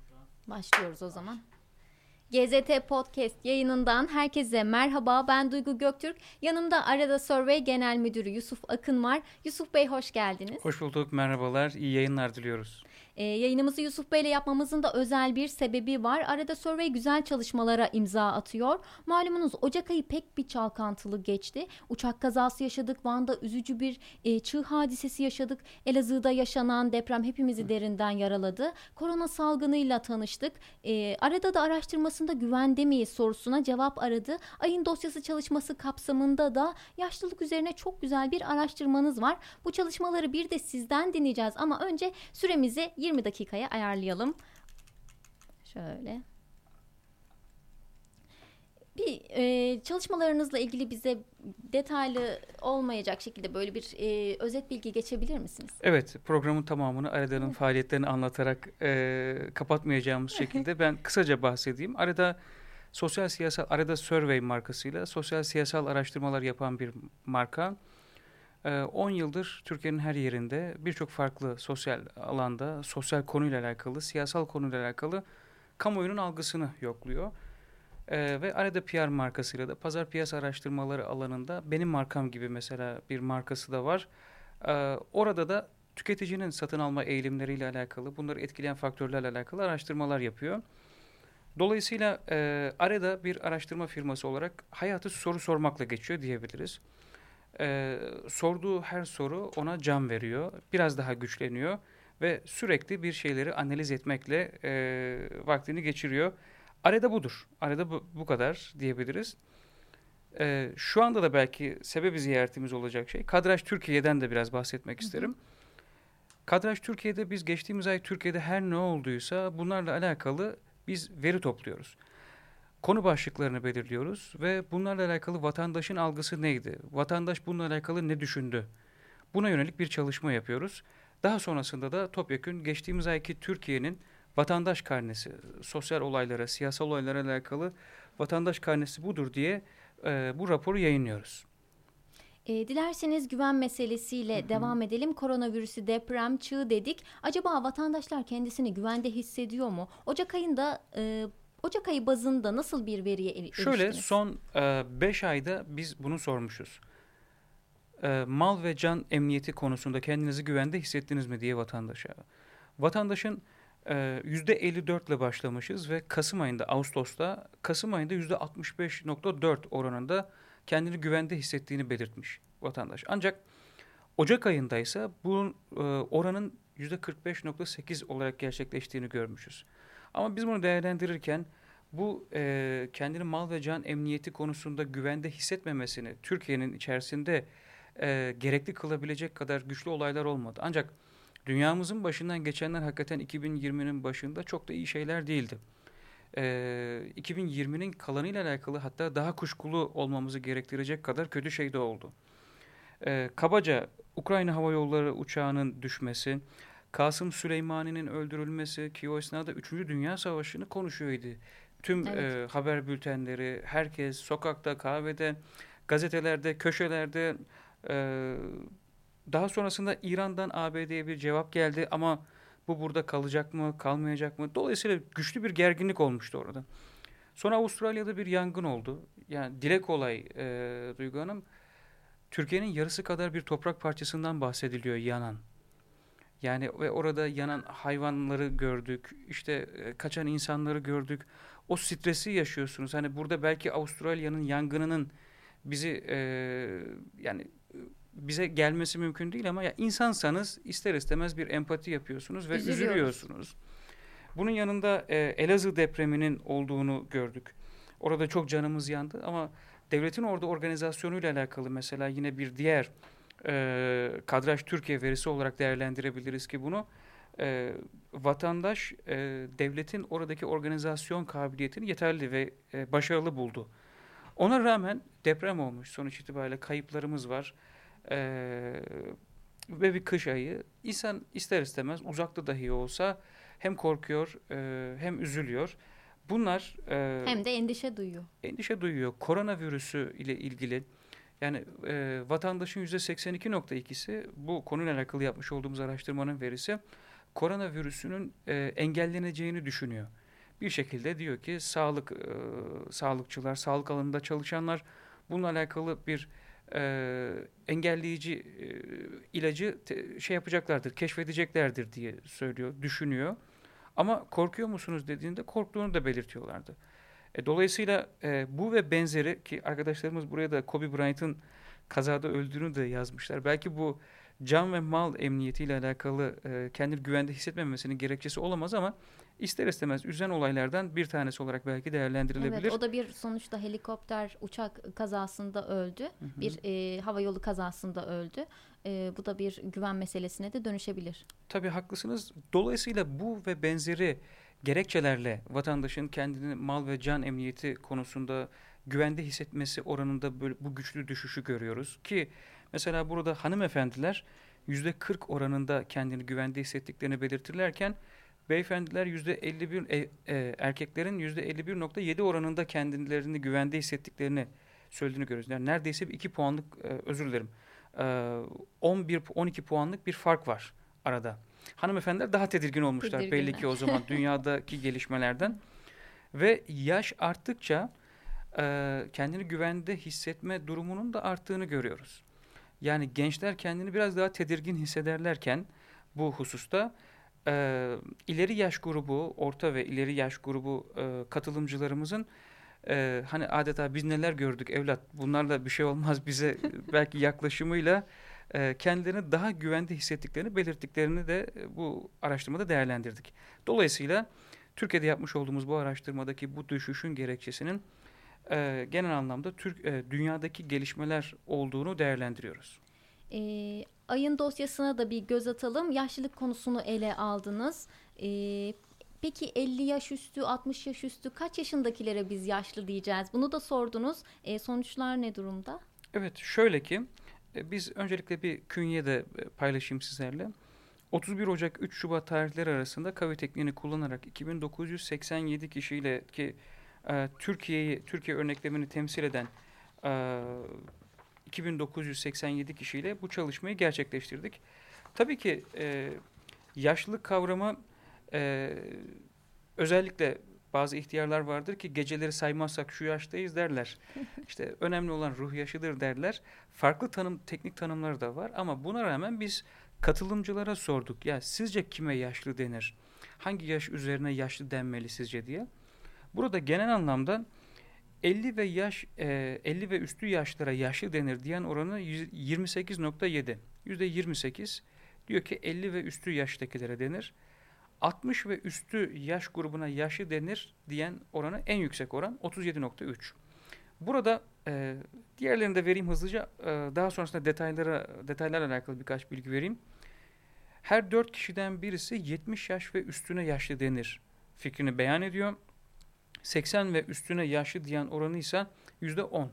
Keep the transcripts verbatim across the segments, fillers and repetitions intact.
Başlıyoruz o zaman. G Z T Podcast yayınından herkese merhaba. Ben Duygu Göktürk. Yanımda Arada Survey Genel Müdürü Yusuf Akın var. Yusuf Bey hoş geldiniz. Hoş bulduk, merhabalar, iyi yayınlar diliyoruz. Ee, yayınımızı Yusuf Bey ile yapmamızın da özel bir sebebi var. Arada Survey güzel çalışmalara imza atıyor. Malumunuz Ocak ayı pek bir çalkantılı geçti. Uçak kazası yaşadık. Van'da üzücü bir e, çığ hadisesi yaşadık. Elazığ'da yaşanan deprem hepimizi derinden yaraladı. Korona salgınıyla tanıştık. E, arada da araştırmasında güvende miyiz sorusuna cevap aradı. Ayın dosyası çalışması kapsamında da yaşlılık üzerine çok güzel bir araştırmanız var. Bu çalışmaları bir de sizden dinleyeceğiz ama önce süremizi yirmi dakikaya ayarlayalım. Şöyle. Bir e, çalışmalarınızla ilgili bize detaylı olmayacak şekilde böyle bir e, özet bilgi geçebilir misiniz? Evet, programın tamamını Arada'nın evet. faaliyetlerini anlatarak e, kapatmayacağımız şekilde ben kısaca bahsedeyim. Arada sosyal siyasal, Arada Survey markasıyla sosyal siyasal araştırmalar yapan bir marka. on yıldır Türkiye'nin her yerinde birçok farklı sosyal alanda, sosyal konuyla alakalı, siyasal konuyla alakalı kamuoyunun algısını yokluyor. Ee, ve Arada P R markasıyla da pazar piyasa araştırmaları alanında benim markam gibi mesela bir markası da var. Ee, orada da tüketicinin satın alma eğilimleriyle alakalı, bunları etkileyen faktörlerle alakalı araştırmalar yapıyor. Dolayısıyla e, Arada bir araştırma firması olarak hayatı soru sormakla geçiyor diyebiliriz. Ee, sorduğu her soru ona can veriyor, biraz daha güçleniyor ve sürekli bir şeyleri analiz etmekle e, vaktini geçiriyor. Arada budur, arada bu, bu kadar diyebiliriz. Ee, şu anda da belki sebebi ziyaretimiz olacak şey, Kadraj Türkiye'den de biraz bahsetmek isterim. Kadraj Türkiye'de biz geçtiğimiz ay Türkiye'de her ne olduysa bunlarla alakalı biz veri topluyoruz. Konu başlıklarını belirliyoruz ve bunlarla alakalı vatandaşın algısı neydi? Vatandaş bununla alakalı ne düşündü? Buna yönelik bir çalışma yapıyoruz. Daha sonrasında da topyekün geçtiğimiz ayki Türkiye'nin vatandaş karnesi, sosyal olaylara, siyasal olaylara alakalı vatandaş karnesi budur diye e, bu raporu yayınlıyoruz. E, dilerseniz güven meselesiyle Hı-hı. devam edelim. Koronavirüsü, deprem, çığ dedik. Acaba vatandaşlar kendisini güvende hissediyor mu? Ocak ayında e, Ocak ayı bazında nasıl bir veriye eriştiniz? Şöyle son beş e, ayda biz bunu sormuşuz. E, mal ve can emniyeti konusunda kendinizi güvende hissettiniz mi diye vatandaşa. Vatandaşın e, yüzde elli dört ile başlamışız ve Kasım ayında, Ağustos'ta, Kasım ayında yüzde altmış beş virgül dört oranında kendini güvende hissettiğini belirtmiş vatandaş. Ancak Ocak ayında ise bu e, oranın yüzde kırk beş virgül sekiz olarak gerçekleştiğini görmüşüz. Ama biz bunu değerlendirirken bu e, kendini mal ve can emniyeti konusunda güvende hissetmemesini Türkiye'nin içerisinde e, gerekli kılabilecek kadar güçlü olaylar olmadı. Ancak dünyamızın başından geçenler hakikaten iki bin yirminin başında çok da iyi şeyler değildi. E, iki bin yirminin kalanıyla alakalı hatta daha kuşkulu olmamızı gerektirecek kadar kötü şey de oldu. E, kabaca Ukrayna Hava Yolları uçağının düşmesi, Kasım Süleymani'nin öldürülmesi ki o esnada üçüncü Dünya Savaşı'nı konuşuyordu. Tüm evet. e, haber bültenleri, herkes sokakta, kahvede, gazetelerde, köşelerde. E, daha sonrasında İran'dan A B D'ye bir cevap geldi ama bu burada kalacak mı, kalmayacak mı? Dolayısıyla güçlü bir gerginlik olmuştu orada. Sonra Avustralya'da bir yangın oldu. Yani dile kolay e, Duygu Hanım. Türkiye'nin yarısı kadar bir toprak parçasından bahsediliyor yanan. Yani ve orada yanan hayvanları gördük, işte e, kaçan insanları gördük. O stresi yaşıyorsunuz. Hani burada belki Avustralya'nın yangınının bizi e, yani bize gelmesi mümkün değil ama ya insansanız ister istemez bir empati yapıyorsunuz ve üzülüyorsunuz. Bunun yanında e, Elazığ depreminin olduğunu gördük. Orada çok canımız yandı ama devletin orada organizasyonuyla alakalı mesela yine bir diğer e, Kadraj Türkiye verisi olarak değerlendirebiliriz ki bunu e, vatandaş e, devletin oradaki organizasyon kabiliyetini yeterli ve e, başarılı buldu. Ona rağmen deprem olmuş, sonuç itibariyle kayıplarımız var e, ve bir kış ayı. İnsan ister istemez uzakta dahi olsa hem korkuyor e, hem üzülüyor. Bunlar e, hem de endişe duyuyor. Endişe duyuyor. Koronavirüsü ile ilgili yani e, vatandaşın yüzde seksen iki virgül ikisi bu konuyla alakalı yapmış olduğumuz araştırmanın verisi koronavirüsünün e, engelleneceğini düşünüyor. Bir şekilde diyor ki sağlık e, sağlıkçılar, sağlık alanında çalışanlar bununla alakalı bir e, engelleyici e, ilacı te, şey yapacaklardır, keşfedeceklerdir diye söylüyor, düşünüyor. Ama korkuyor musunuz dediğinde korktuğunu da belirtiyorlardı. E, dolayısıyla e, bu ve benzeri ki arkadaşlarımız buraya da Kobe Bryant'ın kazada öldüğünü de yazmışlar. Belki bu can ve mal emniyetiyle alakalı e, kendini güvende hissetmemesinin gerekçesi olamaz ama ister istemez üzen olaylardan bir tanesi olarak belki değerlendirilebilir. Evet, o da bir sonuçta helikopter uçak kazasında öldü. Hı hı. Bir e, havayolu kazasında öldü. E, bu da bir güven meselesine de dönüşebilir. Tabii haklısınız. Dolayısıyla bu ve benzeri gerekçelerle vatandaşın kendini mal ve can emniyeti konusunda güvende hissetmesi oranında böyle bu güçlü düşüşü görüyoruz. Ki mesela burada hanımefendiler yüzde kırk oranında kendini güvende hissettiklerini belirtirlerken beyefendiler yüzde elli bir, e, e, erkeklerin yüzde elli bir nokta yedi oranında kendilerini güvende hissettiklerini söylediğini görüyoruz. Yani neredeyse bir iki puanlık, e, özür dilerim, e, on bir on iki puanlık bir fark var arada. Hanımefendiler daha tedirgin olmuşlar Tedirginler. belli ki o zaman dünyadaki gelişmelerden. Ve yaş arttıkça e, kendini güvende hissetme durumunun da arttığını görüyoruz. Yani gençler kendini biraz daha tedirgin hissederlerken bu hususta e, ileri yaş grubu, orta ve ileri yaş grubu e, katılımcılarımızın e, hani adeta biz neler gördük evlat, bunlarla bir şey olmaz bize belki yaklaşımıyla e, kendilerini daha güvende hissettiklerini belirttiklerini de e, bu araştırmada değerlendirdik. Dolayısıyla Türkiye'de yapmış olduğumuz bu araştırmadaki bu düşüşün gerekçesinin e, genel anlamda Türk e, dünyadaki gelişmeler olduğunu değerlendiriyoruz. E, ayın dosyasına da bir göz atalım. Yaşlılık konusunu ele aldınız. E, peki elli yaş üstü, altmış yaş üstü kaç yaşındakilere biz yaşlı diyeceğiz? Bunu da sordunuz. E, sonuçlar ne durumda? Evet, şöyle ki e, biz öncelikle bir künye de e, paylaşayım sizlerle. otuz bir Ocak üç Şubat tarihleri arasında Kavi tekniğini kullanarak iki bin dokuz yüz seksen yedi kişiyle ki e, Türkiye'yi Türkiye örneklemini temsil eden e, iki bin dokuz yüz seksen yedi kişiyle bu çalışmayı gerçekleştirdik. Tabii ki e, yaşlılık kavramı e, özellikle bazı ihtiyarlar vardır ki geceleri saymazsak şu yaştayız derler. İşte önemli olan ruh yaşıdır derler. Farklı tanım, teknik tanımları da var ama buna rağmen biz katılımcılara sorduk. Ya sizce kime yaşlı denir? Hangi yaş üzerine yaşlı denmeli sizce diye. Burada genel anlamda elli ve yaş elli ve üstü yaşlara yaşlı denir diyen oranı yirmi sekiz nokta yedi. yüzde yirmi sekiz diyor ki elli ve üstü yaştakilere denir. altmış ve üstü yaş grubuna yaşlı denir diyen oranı en yüksek oran otuz yedi nokta üç. Burada e, diğerlerini de vereyim hızlıca. E, daha sonrasında detaylara detaylarla alakalı birkaç bilgi vereyim. Her dört kişiden birisi yetmiş yaş ve üstüne yaşlı denir fikrini beyan ediyor. seksen ve üstüne yaşlı diyen oranı ise yüzde on.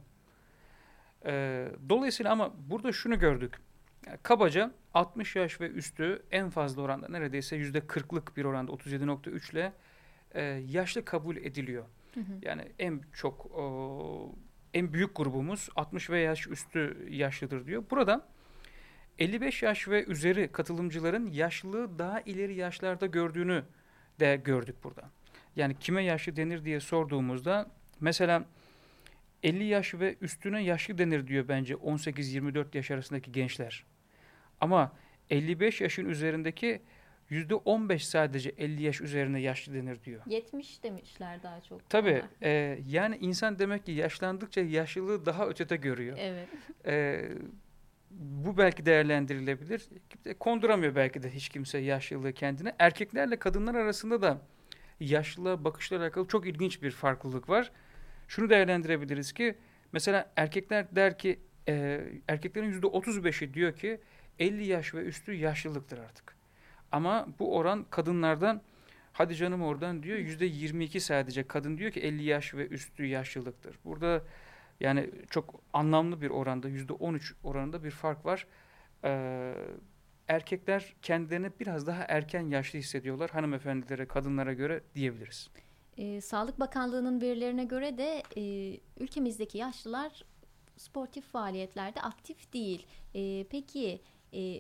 E, dolayısıyla ama burada şunu gördük. Yani kabaca altmış yaş ve üstü en fazla oranda neredeyse yüzde kırklık bir oranda otuz yedi nokta üç ile e, yaşlı kabul ediliyor. Hı hı. Yani en çok o, en büyük grubumuz altmış ve yaş üstü yaşlıdır diyor. Burada elli beş yaş ve üzeri katılımcıların yaşlılığı daha ileri yaşlarda gördüğünü de gördük burada. Yani kime yaşlı denir diye sorduğumuzda mesela elli yaş ve üstüne yaşlı denir diyor bence on sekiz yirmi dört yaş arasındaki gençler. Ama elli beş yaşın üzerindeki yüzde on beş sadece elli yaş üzerine yaşlı denir diyor. yetmiş demişler daha çok. Tabii e, yani insan demek ki yaşlandıkça yaşlılığı daha ötede görüyor. Evet. E, bu belki değerlendirilebilir. Konduramıyor belki de hiç kimse yaşlılığı kendine. Erkeklerle kadınlar arasında da yaşlılığa bakışla alakalı çok ilginç bir farklılık var. Şunu değerlendirebiliriz ki mesela erkekler der ki e, erkeklerin yüzde otuz beşi diyor ki elli yaş ve üstü yaşlılıktır artık. Ama bu oran kadınlardan hadi canım oradan diyor yüzde yirmi iki sadece kadın diyor ki elli yaş ve üstü yaşlılıktır. Burada yani çok anlamlı bir oranda yüzde on üç oranında bir fark var. Ee, erkekler kendilerini biraz daha erken yaşlı hissediyorlar hanımefendilere, kadınlara göre diyebiliriz. E, Sağlık Bakanlığı'nın verilerine göre de e, ülkemizdeki yaşlılar sportif faaliyetlerde aktif değil. E, peki e,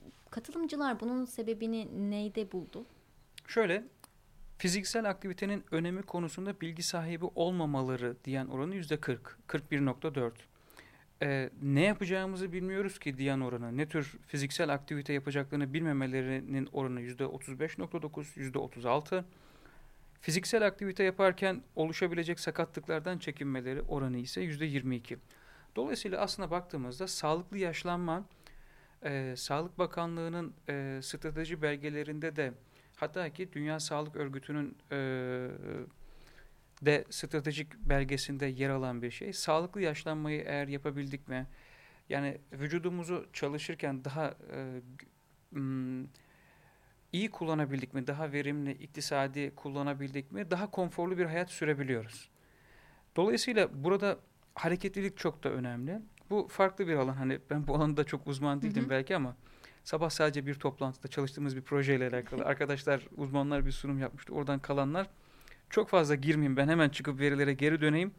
katılımcılar bunun sebebini neyde buldu? Şöyle, fiziksel aktivitenin önemi konusunda bilgi sahibi olmamaları diyen oranı yüzde kırk, kırk bir nokta dört. Ee, ne yapacağımızı bilmiyoruz ki diyen oranı, ne tür fiziksel aktivite yapacaklarını bilmemelerinin oranı yüzde otuz beş nokta dokuz, yüzde otuz altı. Fiziksel aktivite yaparken oluşabilecek sakatlıklardan çekinmeleri oranı ise yüzde yirmi iki. Dolayısıyla aslına baktığımızda sağlıklı yaşlanma, e, Sağlık Bakanlığı'nın e, strateji belgelerinde de, hatta ki Dünya Sağlık Örgütü'nün e, de stratejik belgesinde yer alan bir şey. Sağlıklı yaşlanmayı eğer yapabildik mi, yani vücudumuzu çalışırken daha e, m, iyi kullanabildik mi, daha verimli, iktisadi kullanabildik mi, daha konforlu bir hayat sürebiliyoruz. Dolayısıyla burada hareketlilik çok da önemli. Bu farklı bir alan. Hani ben bu alanda çok uzman değildim Hı hı. belki ama sabah sadece bir toplantıda çalıştığımız bir projeyle alakalı arkadaşlar, uzmanlar bir sunum yapmıştı. Oradan kalanlar, çok fazla girmeyeyim, ben hemen çıkıp verilere geri döneyim.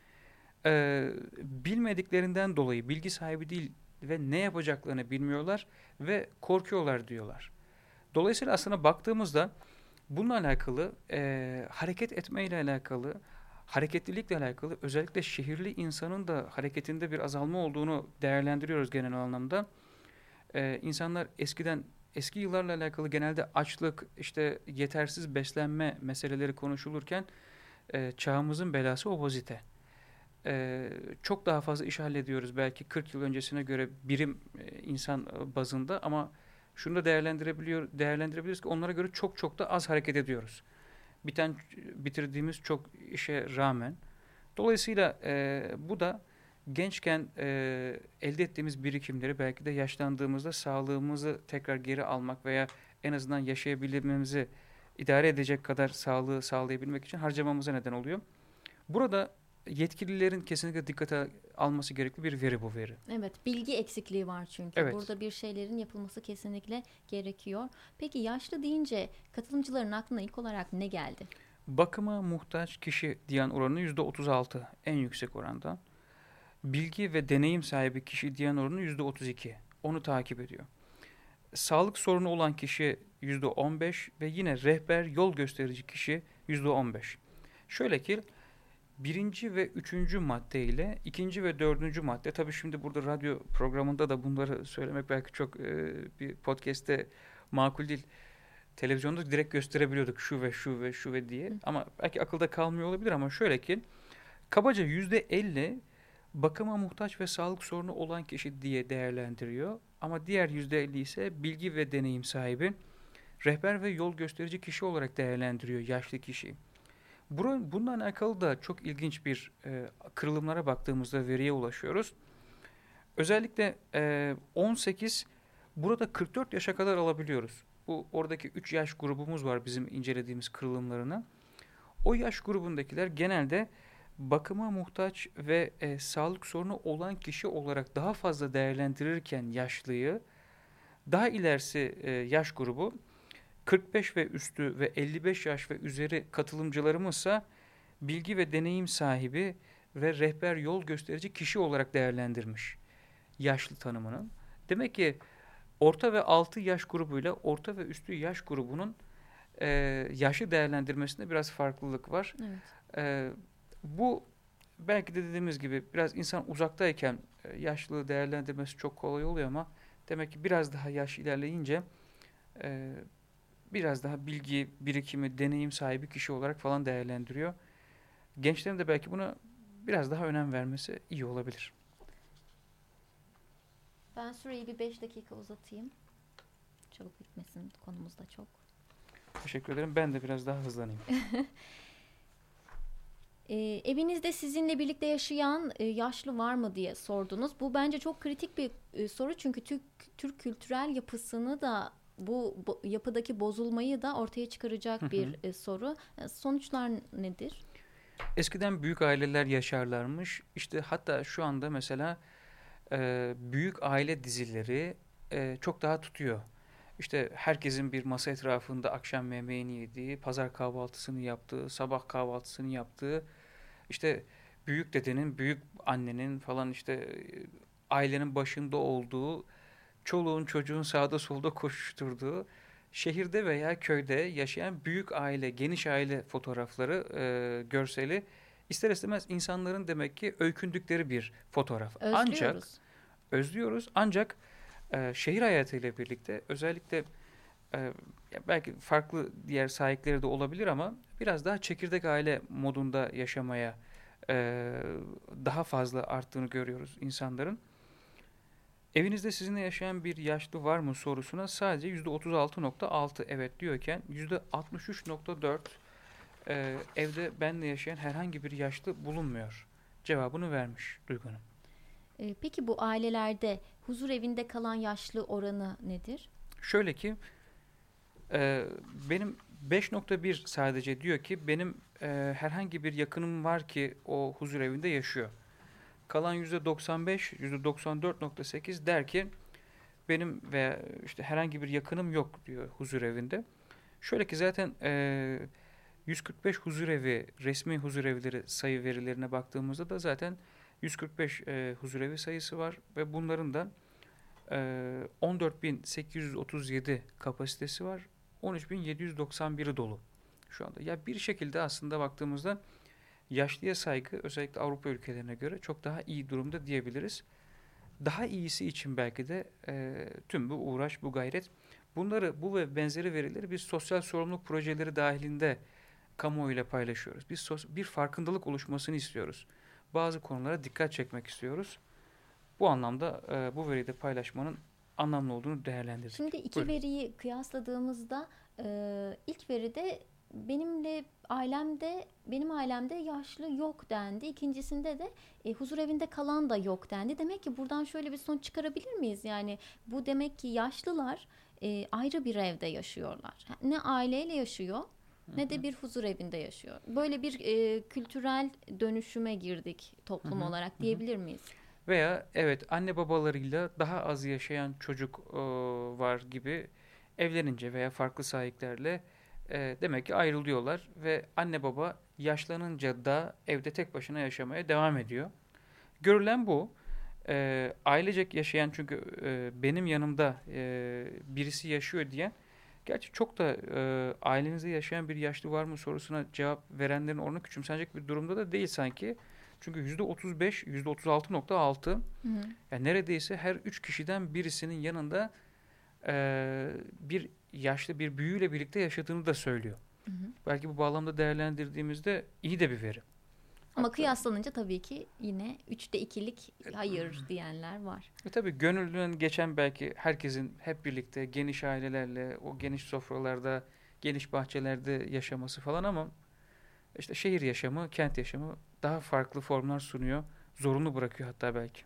Ee, bilmediklerinden dolayı bilgi sahibi değil ve ne yapacaklarını bilmiyorlar ve korkuyorlar diyorlar. Dolayısıyla aslında baktığımızda bununla alakalı, e, hareket etmeyle alakalı, hareketlilikle alakalı, özellikle şehirli insanın da hareketinde bir azalma olduğunu değerlendiriyoruz genel anlamda. Ee, insanlar eskiden, eski yıllarla alakalı genelde açlık, işte yetersiz beslenme meseleleri konuşulurken e, çağımızın belası obezite. Ee, çok daha fazla iş hallediyoruz belki kırk yıl öncesine göre birim e, insan bazında, ama şunu da değerlendirebiliyor, değerlendirebiliriz ki onlara göre çok çok da az hareket ediyoruz. Biten, bitirdiğimiz çok işe rağmen. Dolayısıyla e, bu da gençken e, elde ettiğimiz birikimleri belki de yaşlandığımızda sağlığımızı tekrar geri almak veya en azından yaşayabilmemizi idare edecek kadar sağlığı sağlayabilmek için harcamamıza neden oluyor. Burada yetkililerin kesinlikle dikkate alması gerekli bir veri bu veri. Evet, bilgi eksikliği var çünkü. Evet. Burada bir şeylerin yapılması kesinlikle gerekiyor. Peki yaşlı deyince katılımcıların aklına ilk olarak ne geldi? Bakıma muhtaç kişi diyen oranı yüzde otuz altı, en yüksek oranda. Bilgi ve deneyim sahibi kişi diyen oranı yüzde otuz iki. Onu takip ediyor. Sağlık sorunu olan kişi yüzde on beş ve yine rehber, yol gösterici kişi yüzde on beş. Şöyle ki birinci ve üçüncü madde ile ikinci ve dördüncü madde, tabii şimdi burada radyo programında da bunları söylemek belki çok e, bir podcast'te makul değil. Televizyonda direkt gösterebiliyorduk şu ve şu ve şu ve diye, ama belki akılda kalmıyor olabilir, ama şöyle ki kabaca yüzde elli bakıma muhtaç ve sağlık sorunu olan kişi diye değerlendiriyor. Ama diğer yüzde elli ise bilgi ve deneyim sahibi, rehber ve yol gösterici kişi olarak değerlendiriyor yaşlı kişi. Bununla alakalı da çok ilginç bir e, kırılımlara baktığımızda veriye ulaşıyoruz. Özellikle e, on sekiz, burada kırk dört yaşa kadar alabiliyoruz. Bu oradaki üç yaş grubumuz var bizim incelediğimiz kırılımlarını. O yaş grubundakiler genelde bakıma muhtaç ve e, sağlık sorunu olan kişi olarak daha fazla değerlendirirken yaşlıyı, daha ilerisi e, yaş grubu kırk beş ve üstü ve elli beş yaş ve üzeri katılımcılarımızsa bilgi ve deneyim sahibi ve rehber, yol gösterici kişi olarak değerlendirmiş yaşlı tanımının. Demek ki orta ve altı yaş grubuyla orta ve üstü yaş grubunun e, yaşı değerlendirmesinde biraz farklılık var. Evet. E, bu belki de dediğimiz gibi biraz insan uzaktayken e, yaşlılığı değerlendirmesi çok kolay oluyor, ama demek ki biraz daha yaş ilerleyince e, biraz daha bilgi, birikimi, deneyim sahibi kişi olarak falan değerlendiriyor. Gençlerin de belki buna biraz daha önem vermesi iyi olabilir. Ben süreyi bir beş dakika uzatayım. Çabuk bitmesin, konumuz da çok. Teşekkür ederim. Ben de biraz daha hızlanayım. E, evinizde sizinle birlikte yaşayan e, yaşlı var mı diye sordunuz. Bu bence çok kritik bir e, soru, çünkü Türk, Türk kültürel yapısını da, bu, bu yapıdaki bozulmayı da ortaya çıkaracak bir e, soru. E, sonuçlar nedir? Eskiden büyük aileler yaşarlarmış. İşte hatta şu anda mesela e, büyük aile dizileri e, çok daha tutuyor. İşte herkesin bir masa etrafında akşam yemeğini yediği, pazar kahvaltısını yaptığı, sabah kahvaltısını yaptığı, işte büyük dedenin, büyük annenin falan işte e, ailenin başında olduğu çoluğun çocuğun sağda solda koşuşturduğu, şehirde veya köyde yaşayan büyük aile, geniş aile fotoğrafları, e, görseli ister istemez insanların demek ki öykündükleri bir fotoğraf. Ancak Özlüyoruz. özlüyoruz. Ancak e, şehir hayatıyla birlikte özellikle e, ya belki farklı diğer sahipleri de olabilir ama biraz daha çekirdek aile modunda yaşamaya e, daha fazla arttığını görüyoruz insanların. Evinizde sizinle yaşayan bir yaşlı var mı sorusuna sadece yüzde otuz altı nokta altı evet diyorken yüzde altmış üç nokta dört e, evde benle yaşayan herhangi bir yaşlı bulunmuyor cevabını vermiş Duygu Hanım. E, peki bu ailelerde huzur evinde kalan yaşlı oranı nedir? Şöyle ki e, benim beş nokta bir sadece diyor ki benim e, herhangi bir yakınım var ki o huzur evinde yaşıyor. Kalan yüzde doksan beş, yüzde doksan dört nokta sekiz der ki benim ve işte herhangi bir yakınım yok diyor huzur evinde. Şöyle ki zaten e, yüz kırk beş huzurevi, resmi huzurevleri sayı verilerine baktığımızda da zaten yüz kırk beş e, huzurevi sayısı var ve bunların da e, on dört bin sekiz yüz otuz yedi kapasitesi var. on üç bin yedi yüz doksan biri dolu şu anda. Ya bir şekilde aslında baktığımızda yaşlıya saygı özellikle Avrupa ülkelerine göre çok daha iyi durumda diyebiliriz. Daha iyisi için belki de e, tüm bu uğraş, bu gayret, bunları, bu ve benzeri verileri biz sosyal sorumluluk projeleri dahilinde kamuoyuyla paylaşıyoruz. Biz sos- bir farkındalık oluşmasını istiyoruz. Bazı konulara dikkat çekmek istiyoruz. Bu anlamda e, bu veriyi de paylaşmanın anlamlı olduğunu değerlendirdik. Şimdi iki Buyurun. veriyi kıyasladığımızda e, ilk veride benimle ailemde benim ailemde yaşlı yok dendi. İkincisinde de e, huzur evinde kalan da yok dendi. Demek ki buradan şöyle bir sonuç çıkarabilir miyiz? Yani bu demek ki yaşlılar e, ayrı bir evde yaşıyorlar. Ne aileyle yaşıyor ne de bir huzur evinde yaşıyor. Böyle bir e, kültürel dönüşüme girdik toplum Hı hı, olarak hı. diyebilir miyiz? Veya evet anne babalarıyla daha az yaşayan çocuk e, var gibi evlenince veya farklı sahiplerle e, demek ki ayrılıyorlar ve anne baba yaşlanınca da evde tek başına yaşamaya devam ediyor. Görülen bu. E, ailecek yaşayan çünkü e, benim yanımda e, birisi yaşıyor diye. Gerçi çok da e, ailenizde yaşayan bir yaşlı var mı sorusuna cevap verenlerin oranı küçümsenecek bir durumda da değil sanki. Çünkü yüzde otuz beş, yüzde otuz altı nokta altı Hı hı. yani neredeyse her üç kişiden birisinin yanında e, bir yaşlı bir büyüğüyle birlikte yaşadığını da söylüyor. Hı hı. Belki bu bağlamda değerlendirdiğimizde iyi de bir veri. Ama Hatta kıyaslanınca tabii ki yine üçte ikilik hayır diyenler var. ve tabii gönüllünün geçen belki herkesin hep birlikte geniş ailelerle o geniş sofralarda, geniş bahçelerde yaşaması falan ama işte şehir yaşamı, kent yaşamı daha farklı formlar sunuyor. Zorunlu bırakıyor hatta belki.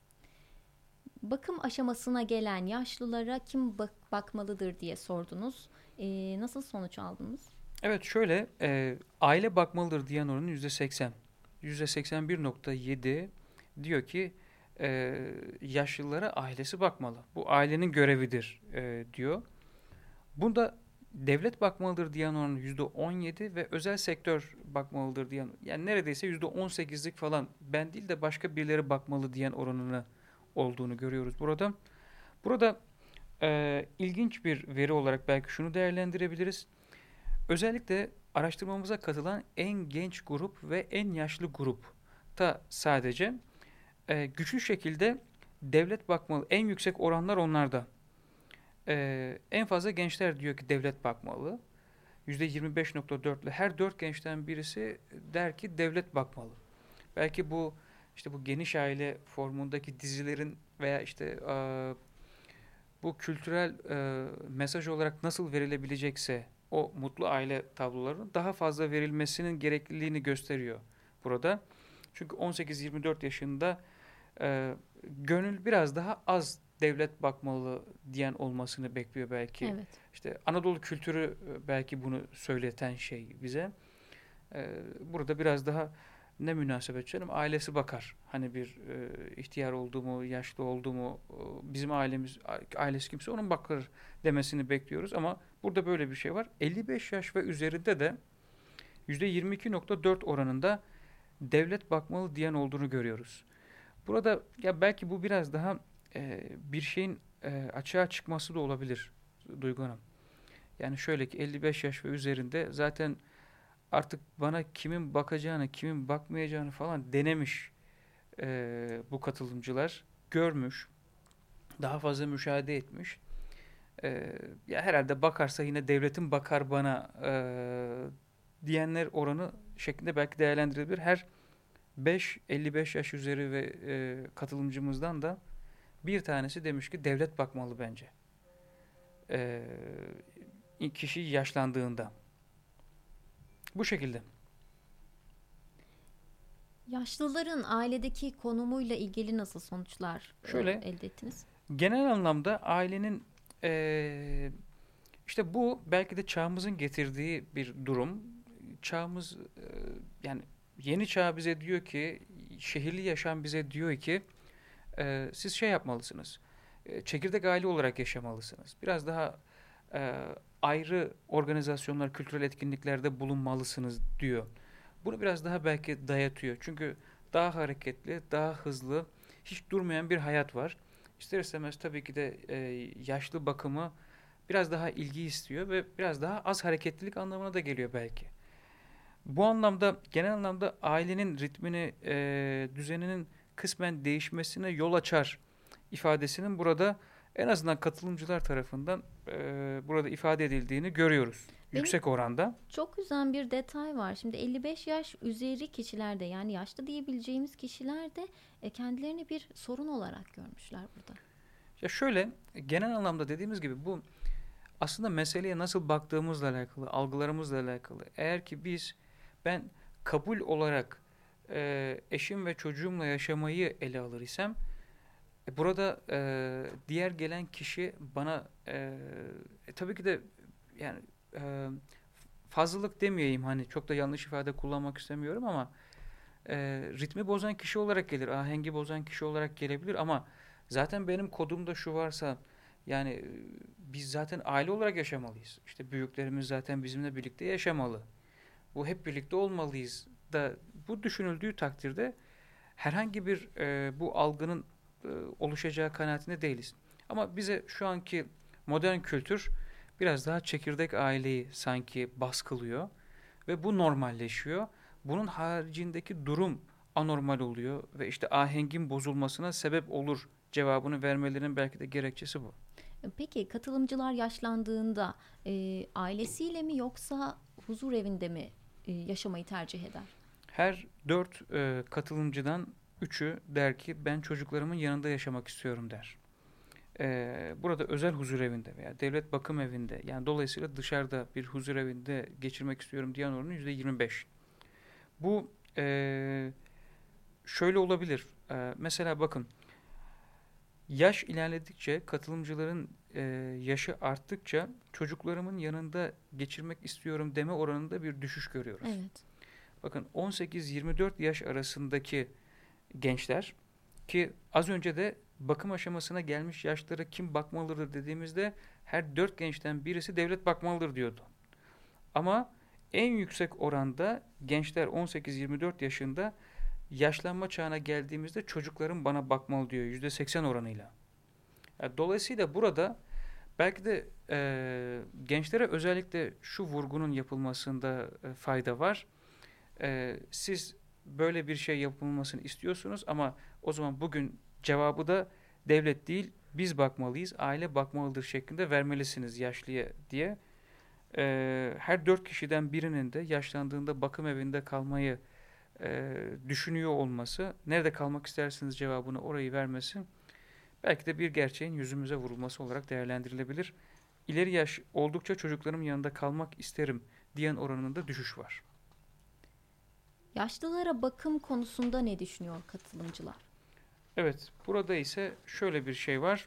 Bakım aşamasına gelen yaşlılara kim bak- bakmalıdır diye sordunuz. Ee, nasıl sonuç aldınız? Evet şöyle e, aile bakmalıdır diyen oranın yüzde seksen. yüzde seksen bir nokta yedi diyor ki e, yaşlılara ailesi bakmalı. Bu ailenin görevidir e, diyor. Bunda devlet bakmalıdır diyen oranı yüzde on yedi ve özel sektör bakmalıdır diyen yani neredeyse yüzde on sekizlik falan ben değil de başka birileri bakmalı diyen oranını olduğunu görüyoruz burada. Burada e, ilginç bir veri olarak belki şunu değerlendirebiliriz. Özellikle araştırmamıza katılan en genç grup ve en yaşlı grupta sadece e, güçlü şekilde devlet bakmalı. En yüksek oranlar onlarda. E, en fazla gençler diyor ki devlet bakmalı. yüzde yirmi beş nokta dört ile her dört gençten birisi der ki devlet bakmalı. Belki bu işte bu geniş aile formundaki dizilerin veya işte e, bu kültürel e, mesaj olarak nasıl verilebilecekse o mutlu aile tablolarının daha fazla verilmesinin gerekliliğini gösteriyor burada. Çünkü on sekiz yirmi dört yaşında e, gönül biraz daha az devlet bakmalı diyen olmasını bekliyor belki. Evet. İşte Anadolu kültürü e, belki bunu söyleten şey bize. E, burada biraz daha ne münasebet canım ailesi bakar. Hani bir e, ihtiyar oldu mu, yaşlı oldu mu, e, bizim ailemiz ailesi kimse onun bakar demesini bekliyoruz ama burada böyle bir şey var. elli beş yaş ve üzerinde de yüzde yirmi iki nokta dört oranında devlet bakmalı diyen olduğunu görüyoruz. Burada ya belki bu biraz daha e, bir şeyin e, açığa çıkması da olabilir Duygu Hanım. Yani şöyle ki elli beş yaş ve üzerinde zaten artık bana kimin bakacağını, kimin bakmayacağını falan denemiş e, bu katılımcılar. Görmüş, daha fazla müşahede etmiş. E, ya herhalde bakarsa yine devletin bakar bana e, diyenler oranı şeklinde belki değerlendirilebilir. Her beş elli beş yaş üzeri ve e, katılımcımızdan da bir tanesi demiş ki devlet bakmalı bence. E, kişi yaşlandığında. Bu şekilde. Yaşlıların ailedeki konumuyla ilgili nasıl sonuçlar e, Şöyle, elde ettiniz? genel anlamda ailenin e, işte bu belki de çağımızın getirdiği bir durum. Çağımız e, yani yeni çağ bize diyor ki, şehirli yaşam bize diyor ki e, siz şey yapmalısınız. E, çekirdek aile olarak yaşamalısınız. Biraz daha e, ayrı organizasyonlar, kültürel etkinliklerde bulunmalısınız diyor. Bunu biraz daha belki dayatıyor. Çünkü daha hareketli, daha hızlı, hiç durmayan bir hayat var. İster istemez tabii ki de e, yaşlı bakımı biraz daha ilgi istiyor ve biraz daha az hareketlilik anlamına da geliyor belki. Bu anlamda genel anlamda ailenin ritmini, e, düzeninin kısmen değişmesine yol açar ifadesinin burada en azından katılımcılar tarafından e, burada ifade edildiğini görüyoruz. Benim Yüksek oranda. çok güzel bir detay var. Şimdi elli beş yaş üzeri kişilerde, yani yaşlı diyebileceğimiz kişilerde e, kendilerini bir sorun olarak görmüşler burada. Ya şöyle, genel anlamda dediğimiz gibi bu aslında meseleye nasıl baktığımızla alakalı, algılarımızla alakalı. Eğer ki biz, ben kabul olarak e, eşim ve çocuğumla yaşamayı ele alır isem, e, burada e, diğer gelen kişi bana e, e, tabii ki de yani e, fazlalık demeyeyim, hani çok da yanlış ifade kullanmak istemiyorum ama e, ritmi bozan kişi olarak gelir, ahengi bozan kişi olarak gelebilir ama zaten benim kodumda şu varsa, yani e, biz zaten aile olarak yaşamalıyız. İşte büyüklerimiz zaten bizimle birlikte yaşamalı. Bu hep birlikte olmalıyız da bu düşünüldüğü takdirde herhangi bir e, bu algının e, oluşacağı kanaatinde değiliz. Ama bize şu anki modern kültür biraz daha çekirdek aileyi sanki baskılıyor ve bu normalleşiyor. Bunun haricindeki durum anormal oluyor ve işte ahengin bozulmasına sebep olur cevabını vermelerinin belki de gerekçesi bu. Peki katılımcılar yaşlandığında e, ailesiyle mi yoksa huzur evinde mi e, yaşamayı tercih eder? Her dört e, katılımcıdan üçü der ki ben çocuklarımın yanında yaşamak istiyorum der. E, burada özel huzur evinde veya devlet bakım evinde, yani dolayısıyla dışarıda bir huzur evinde geçirmek istiyorum diyen oranı yüzde yirmi beş. Bu e, şöyle olabilir. E, mesela bakın, yaş ilerledikçe, katılımcıların e, yaşı arttıkça çocuklarımın yanında geçirmek istiyorum deme oranında bir düşüş görüyoruz. Evet. Bakın on sekiz yirmi dört yaş arasındaki gençler, ki az önce de bakım aşamasına gelmiş yaşlara kim bakmalıdır dediğimizde her dört gençten birisi devlet bakmalıdır diyordu. Ama en yüksek oranda gençler on sekiz yirmi dört yaşında, yaşlanma çağına geldiğimizde çocuklarım bana bakmalı diyor yüzde seksen oranıyla. Yani dolayısıyla burada belki de e, gençlere özellikle şu vurgunun yapılmasında e, fayda var. E, siz böyle bir şey yapılmasını istiyorsunuz ama o zaman bugün cevabı da devlet değil biz bakmalıyız, aile bakmalıdır şeklinde vermelisiniz yaşlıya diye. E, her dört kişiden birinin de yaşlandığında bakım evinde kalmayı e, düşünüyor olması, nerede kalmak istersiniz cevabını orayı vermesi belki de bir gerçeğin yüzümüze vurulması olarak değerlendirilebilir. İleri yaş oldukça çocuklarım yanında kalmak isterim diyen oranında düşüş var. Yaşlılara bakım konusunda ne düşünüyor katılımcılar? Evet, burada ise şöyle bir şey var.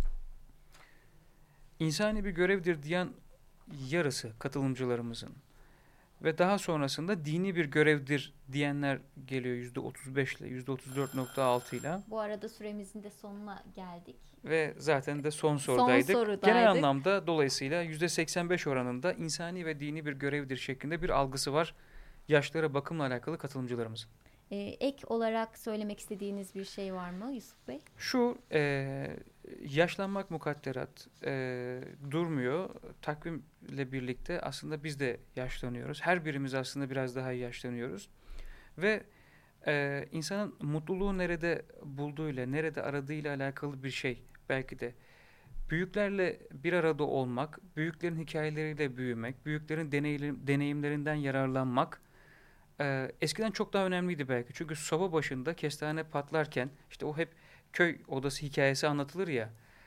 İnsani bir görevdir diyen yarısı katılımcılarımızın ve daha sonrasında dini bir görevdir diyenler geliyor yüzde otuz beş ile yüzde otuz dört nokta altı ile. Bu arada süremizin de sonuna geldik. Ve zaten de son sorudaydık. Son sorudaydık. Genel anlamda dolayısıyla yüzde seksen beş oranında insani ve dini bir görevdir şeklinde bir algısı var yaşlara bakımla alakalı katılımcılarımızın. Ee, ek olarak söylemek istediğiniz bir şey var mı Yusuf Bey? Şu, e, Yaşlanmak mukadderat, e, durmuyor. Takvimle birlikte aslında biz de yaşlanıyoruz. Her birimiz aslında biraz daha yaşlanıyoruz. Ve e, insanın mutluluğu nerede bulduğuyla, nerede aradığıyla alakalı bir şey belki de. Büyüklerle bir arada olmak, büyüklerin hikayeleriyle büyümek, büyüklerin deneyim, deneyimlerinden yararlanmak e, eskiden çok daha önemliydi belki. Çünkü soba başında kestane patlarken, işte o hep köy odası hikayesi anlatılır ya.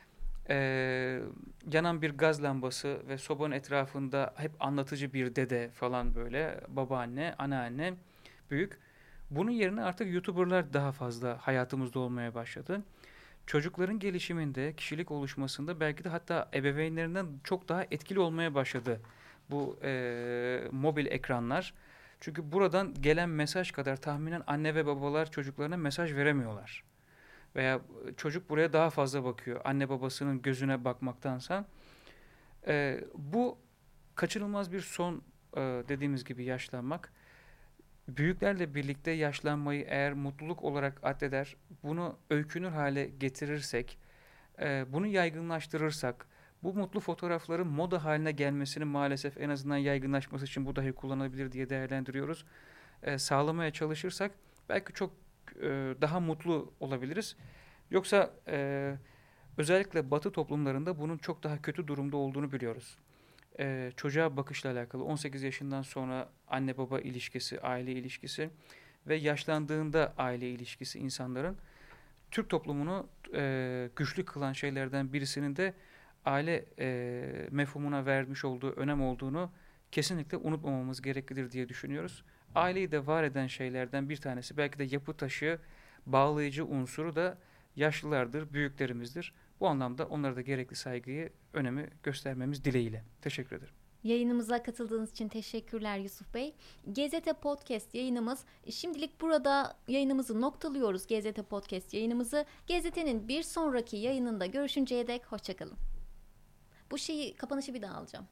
Ee, Yanan bir gaz lambası ve sobanın etrafında hep anlatıcı bir dede falan, böyle babaanne, anneanne, büyük. Bunun yerine artık YouTuber'lar daha fazla hayatımızda olmaya başladı. Çocukların gelişiminde, kişilik oluşmasında belki de hatta ebeveynlerinden çok daha etkili olmaya başladı bu e, mobil ekranlar. Çünkü buradan gelen mesaj kadar tahminen anne ve babalar çocuklarına mesaj veremiyorlar. Veya çocuk buraya daha fazla bakıyor anne babasının gözüne bakmaktansa. Ee, bu kaçınılmaz bir son, e, dediğimiz gibi yaşlanmak. Büyüklerle birlikte yaşlanmayı eğer mutluluk olarak addeder, bunu öykünür hale getirirsek, e, bunu yaygınlaştırırsak, bu mutlu fotoğrafların moda haline gelmesini maalesef en azından yaygınlaşması için bu dahi kullanılabilir diye değerlendiriyoruz. E, sağlamaya çalışırsak belki çok e, daha mutlu olabiliriz. Yoksa e, özellikle Batı toplumlarında bunun çok daha kötü durumda olduğunu biliyoruz. E, çocuğa bakışla alakalı on sekiz yaşından sonra anne baba ilişkisi, aile ilişkisi ve yaşlandığında aile ilişkisi insanların Türk toplumunu e, güçlü kılan şeylerden birisinin de aile e, mefhumuna vermiş olduğu önem olduğunu kesinlikle unutmamamız gereklidir diye düşünüyoruz. Aileyi de var eden şeylerden bir tanesi, belki de yapı taşı, bağlayıcı unsuru da yaşlılardır, büyüklerimizdir. Bu anlamda onlara da gerekli saygıyı, önemi göstermemiz dileğiyle. Teşekkür ederim. Yayınımıza katıldığınız için teşekkürler Yusuf Bey. G Z T Podcast yayınımız, şimdilik burada yayınımızı noktalıyoruz. G Z T Podcast yayınımızı. G Z T'nin bir sonraki yayınında görüşünceye dek hoşçakalın. Bu şeyi, kapanışı bir daha alacağım.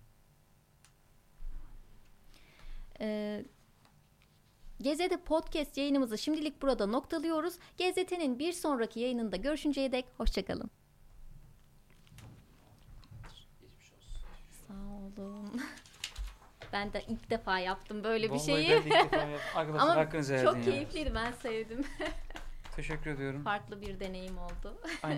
Ee, G Z T Podcast yayınımızı şimdilik burada noktalıyoruz. G Z T'nin bir sonraki yayınında görüşünceye dek hoşçakalın. Sağ olun. Ben de ilk defa yaptım böyle bir şeyi. Vallahi ben de ilk defa yaptım. Arkadaşlar Ama hakkınızı helal edin çok ya. keyifliydi, ben sevdim. Teşekkür ediyorum. Farklı bir deneyim oldu. Aynen.